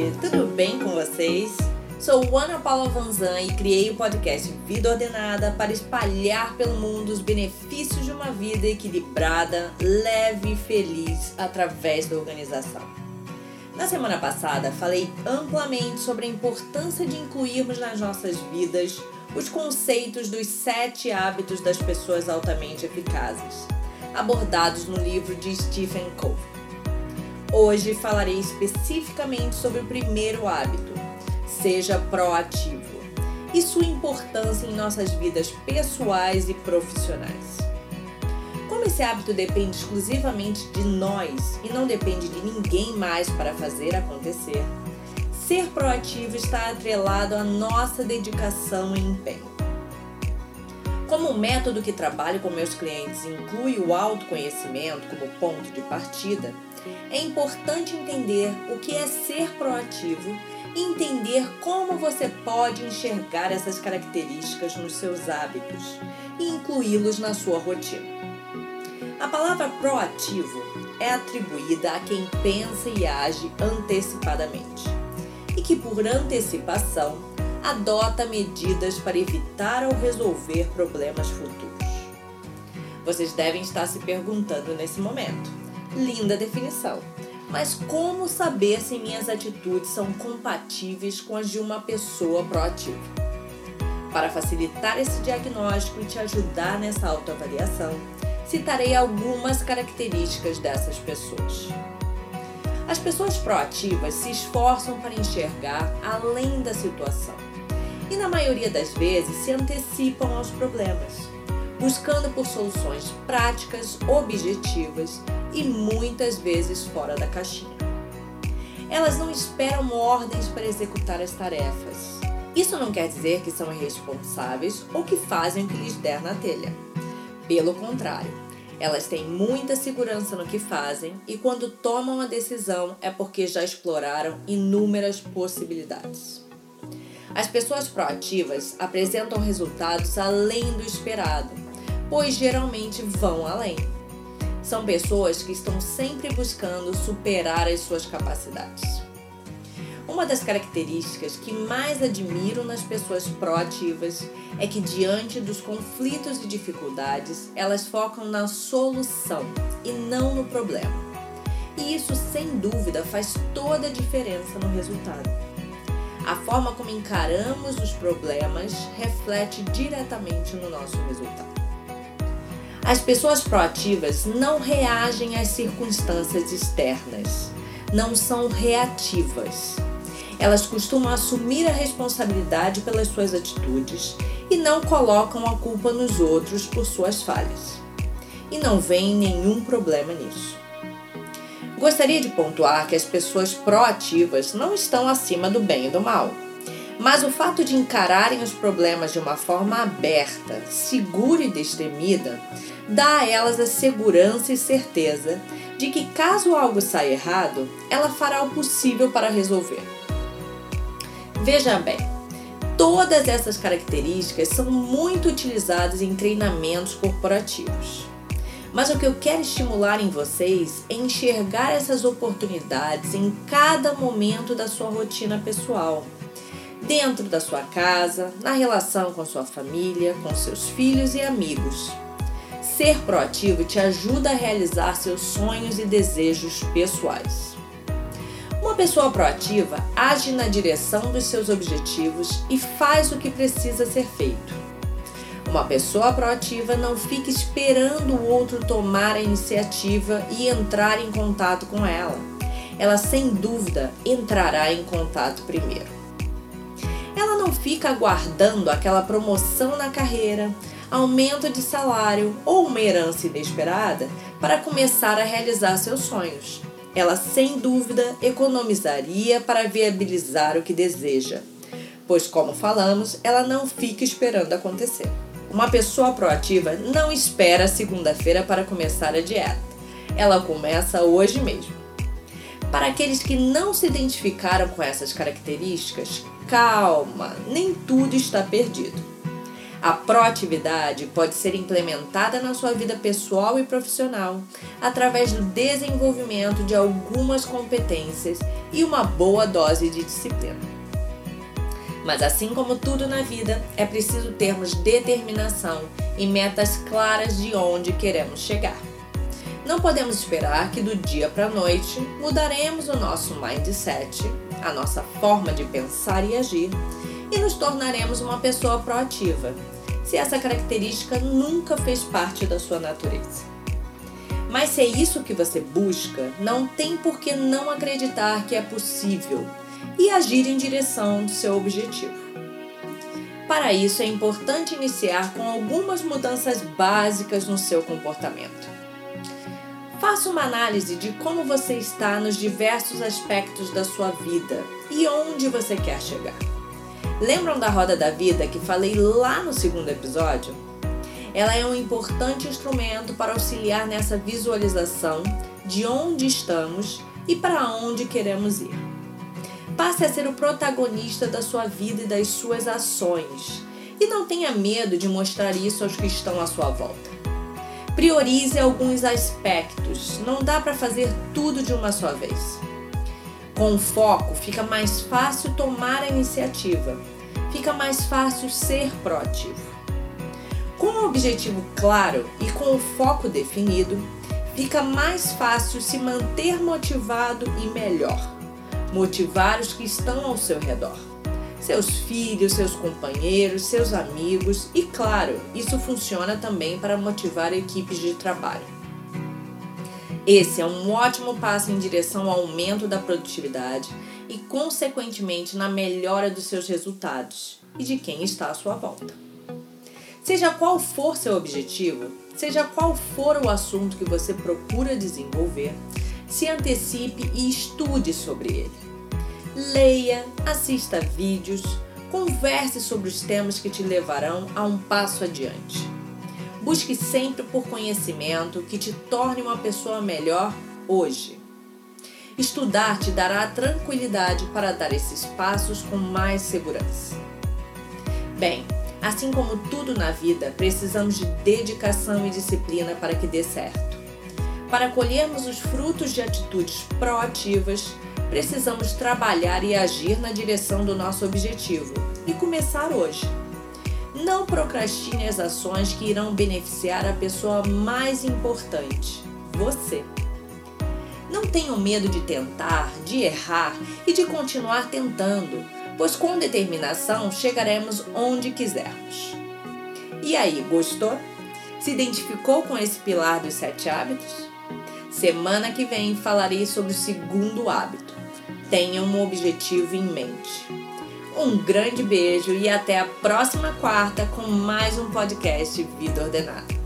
gente! Tudo bem com vocês? Sou Ana Paula Vanzan e criei o podcast Vida Ordenada para espalhar pelo mundo os benefícios de uma vida equilibrada, leve e feliz através da organização. Na semana passada, falei amplamente sobre a importância de incluirmos nas nossas vidas os conceitos dos 7 hábitos das pessoas altamente eficazes, abordados no livro de Stephen Covey. Hoje falarei especificamente sobre o primeiro hábito, seja proativo, e sua importância em nossas vidas pessoais e profissionais. Como esse hábito depende exclusivamente de nós e não depende de ninguém mais para fazer acontecer, ser proativo está atrelado à nossa dedicação e empenho. Como o método que trabalho com meus clientes inclui o autoconhecimento como ponto de partida, é importante entender o que é ser proativo e entender como você pode enxergar essas características nos seus hábitos e incluí-los na sua rotina. A palavra proativo é atribuída a quem pensa e age antecipadamente e que, por antecipação, adota medidas para evitar ou resolver problemas futuros. Vocês devem estar se perguntando nesse momento: linda definição, mas como saber se minhas atitudes são compatíveis com as de uma pessoa proativa? Para facilitar esse diagnóstico e te ajudar nessa autoavaliação, citarei algumas características dessas pessoas. As pessoas proativas se esforçam para enxergar além da situação e, na maioria das vezes, se antecipam aos problemas, buscando por soluções práticas, objetivas e muitas vezes fora da caixinha. Elas não esperam ordens para executar as tarefas. Isso não quer dizer que são irresponsáveis ou que fazem o que lhes der na telha. Pelo contrário, elas têm muita segurança no que fazem e quando tomam a decisão é porque já exploraram inúmeras possibilidades. As pessoas proativas apresentam resultados além do esperado, pois geralmente vão além. São pessoas que estão sempre buscando superar as suas capacidades. Uma das características que mais admiro nas pessoas proativas é que, diante dos conflitos e dificuldades, elas focam na solução e não no problema. E isso, sem dúvida, faz toda a diferença no resultado. A forma como encaramos os problemas reflete diretamente no nosso resultado. As pessoas proativas não reagem às circunstâncias externas, não são reativas. Elas costumam assumir a responsabilidade pelas suas atitudes e não colocam a culpa nos outros por suas falhas. E não veem nenhum problema nisso. Gostaria de pontuar que as pessoas proativas não estão acima do bem e do mal. Mas o fato de encararem os problemas de uma forma aberta, segura e destemida, dá a elas a segurança e certeza de que, caso algo saia errado, ela fará o possível para resolver. Veja bem, todas essas características são muito utilizadas em treinamentos corporativos. Mas o que eu quero estimular em vocês é enxergar essas oportunidades em cada momento da sua rotina pessoal, dentro da sua casa, na relação com sua família, com seus filhos e amigos. Ser proativo te ajuda a realizar seus sonhos e desejos pessoais. Uma pessoa proativa age na direção dos seus objetivos e faz o que precisa ser feito. Uma pessoa proativa não fica esperando o outro tomar a iniciativa e entrar em contato com ela. Ela, sem dúvida, entrará em contato primeiro. Ela não fica aguardando aquela promoção na carreira, aumento de salário ou uma herança inesperada para começar a realizar seus sonhos. Ela, sem dúvida, economizaria para viabilizar o que deseja, pois, como falamos, ela não fica esperando acontecer. Uma pessoa proativa não espera segunda-feira para começar a dieta. Ela começa hoje mesmo. Para aqueles que não se identificaram com essas características, calma, nem tudo está perdido. A proatividade pode ser implementada na sua vida pessoal e profissional através do desenvolvimento de algumas competências e uma boa dose de disciplina. Mas assim como tudo na vida, é preciso termos determinação e metas claras de onde queremos chegar. Não podemos esperar que do dia para a noite mudaremos o nosso mindset, a nossa forma de pensar e agir, e nos tornaremos uma pessoa proativa, se essa característica nunca fez parte da sua natureza. Mas se é isso que você busca, não tem por que não acreditar que é possível e agir em direção do seu objetivo. Para isso, é importante iniciar com algumas mudanças básicas no seu comportamento. Faça uma análise de como você está nos diversos aspectos da sua vida e onde você quer chegar. Lembram da roda da vida que falei lá no segundo episódio? Ela é um importante instrumento para auxiliar nessa visualização de onde estamos e para onde queremos ir. Passe a ser o protagonista da sua vida e das suas ações. E não tenha medo de mostrar isso aos que estão à sua volta. Priorize alguns aspectos. Não dá para fazer tudo de uma só vez. Com foco, fica mais fácil tomar a iniciativa. Fica mais fácil ser proativo. Com o objetivo claro e com o foco definido, fica mais fácil se manter motivado e melhor. Motivar os que estão ao seu redor. Seus filhos, seus companheiros, seus amigos e, claro, isso funciona também para motivar equipes de trabalho. Esse é um ótimo passo em direção ao aumento da produtividade e, consequentemente, na melhora dos seus resultados e de quem está à sua volta. Seja qual for seu objetivo, seja qual for o assunto que você procura desenvolver, se antecipe e estude sobre ele. Leia, assista vídeos, converse sobre os temas que te levarão a um passo adiante. Busque sempre por conhecimento que te torne uma pessoa melhor hoje. Estudar te dará a tranquilidade para dar esses passos com mais segurança. Bem, assim como tudo na vida, precisamos de dedicação e disciplina para que dê certo. Para colhermos os frutos de atitudes proativas, precisamos trabalhar e agir na direção do nosso objetivo e começar hoje. Não procrastine as ações que irão beneficiar a pessoa mais importante, você. Não tenham medo de tentar, de errar e de continuar tentando, pois com determinação chegaremos onde quisermos. E aí, gostou? Se identificou com esse pilar dos 7 hábitos? Semana que vem falarei sobre o segundo hábito. Tenha um objetivo em mente. Um grande beijo e até a próxima quarta com mais um podcast Vida Ordenada.